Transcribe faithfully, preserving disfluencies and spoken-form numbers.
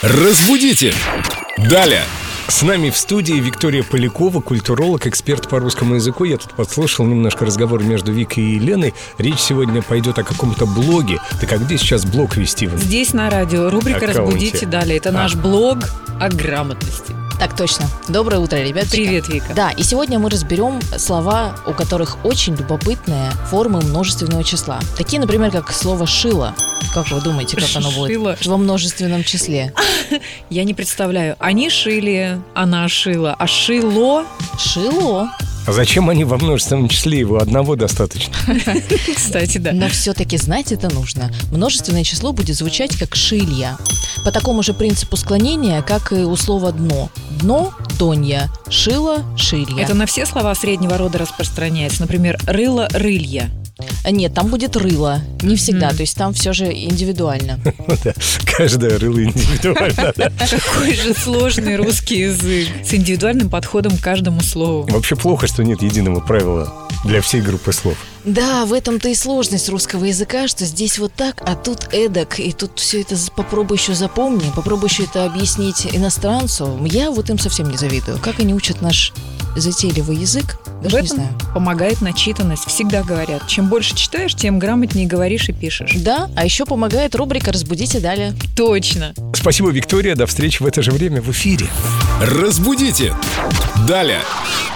Разбудите! Далее! С нами в студии Виктория Полякова, культуролог, эксперт по русскому языку. Я тут подслушал немножко разговор между Викой и Леной. Речь сегодня пойдет о каком-то блоге. Так а где сейчас блог вести? Здесь на радио. Рубрика Аккаунте. «Разбудите далее». Это А. наш блог о грамотности. Так точно. Доброе утро, ребят. Привет, Вика. Да, и сегодня мы разберем слова, у которых очень любопытные формы множественного числа. Такие, например, как слово «шило». Как вы думаете, как оно будет Шило. во множественном числе? Я не представляю. Они шили, она шила, а шило... Шило. А зачем они во множественном числе? Его одного достаточно. Кстати, да. Но все-таки знать это нужно. Множественное число будет звучать как «шилья». По такому же принципу склонения, как и у слова «дно». Дно – донья, шило – шилья. Это на все слова среднего рода распространяется. Например, рыло, рылья. Нет, там будет рыло. Не всегда, Мгм. то есть там все же индивидуально. Ну да, каждое рыло индивидуально. да. Какой же сложный русский язык. С индивидуальным подходом к каждому слову. Вообще плохо, что нет единого правила для всей группы слов. Да, в этом-то и сложность русского языка, что здесь вот так, а тут эдак, и тут все это з- попробуй еще запомни, попробуй еще это объяснить иностранцу. Я вот им совсем не завидую. Как они учат наш затейливый язык, В даже не этом знаю. помогает начитанность. Всегда говорят, чем больше читаешь, тем грамотнее говоришь и пишешь. Да, а еще помогает рубрика «Разбудите далее». Точно. Спасибо, Виктория. До встречи в это же время в эфире. Разбудите! Далее!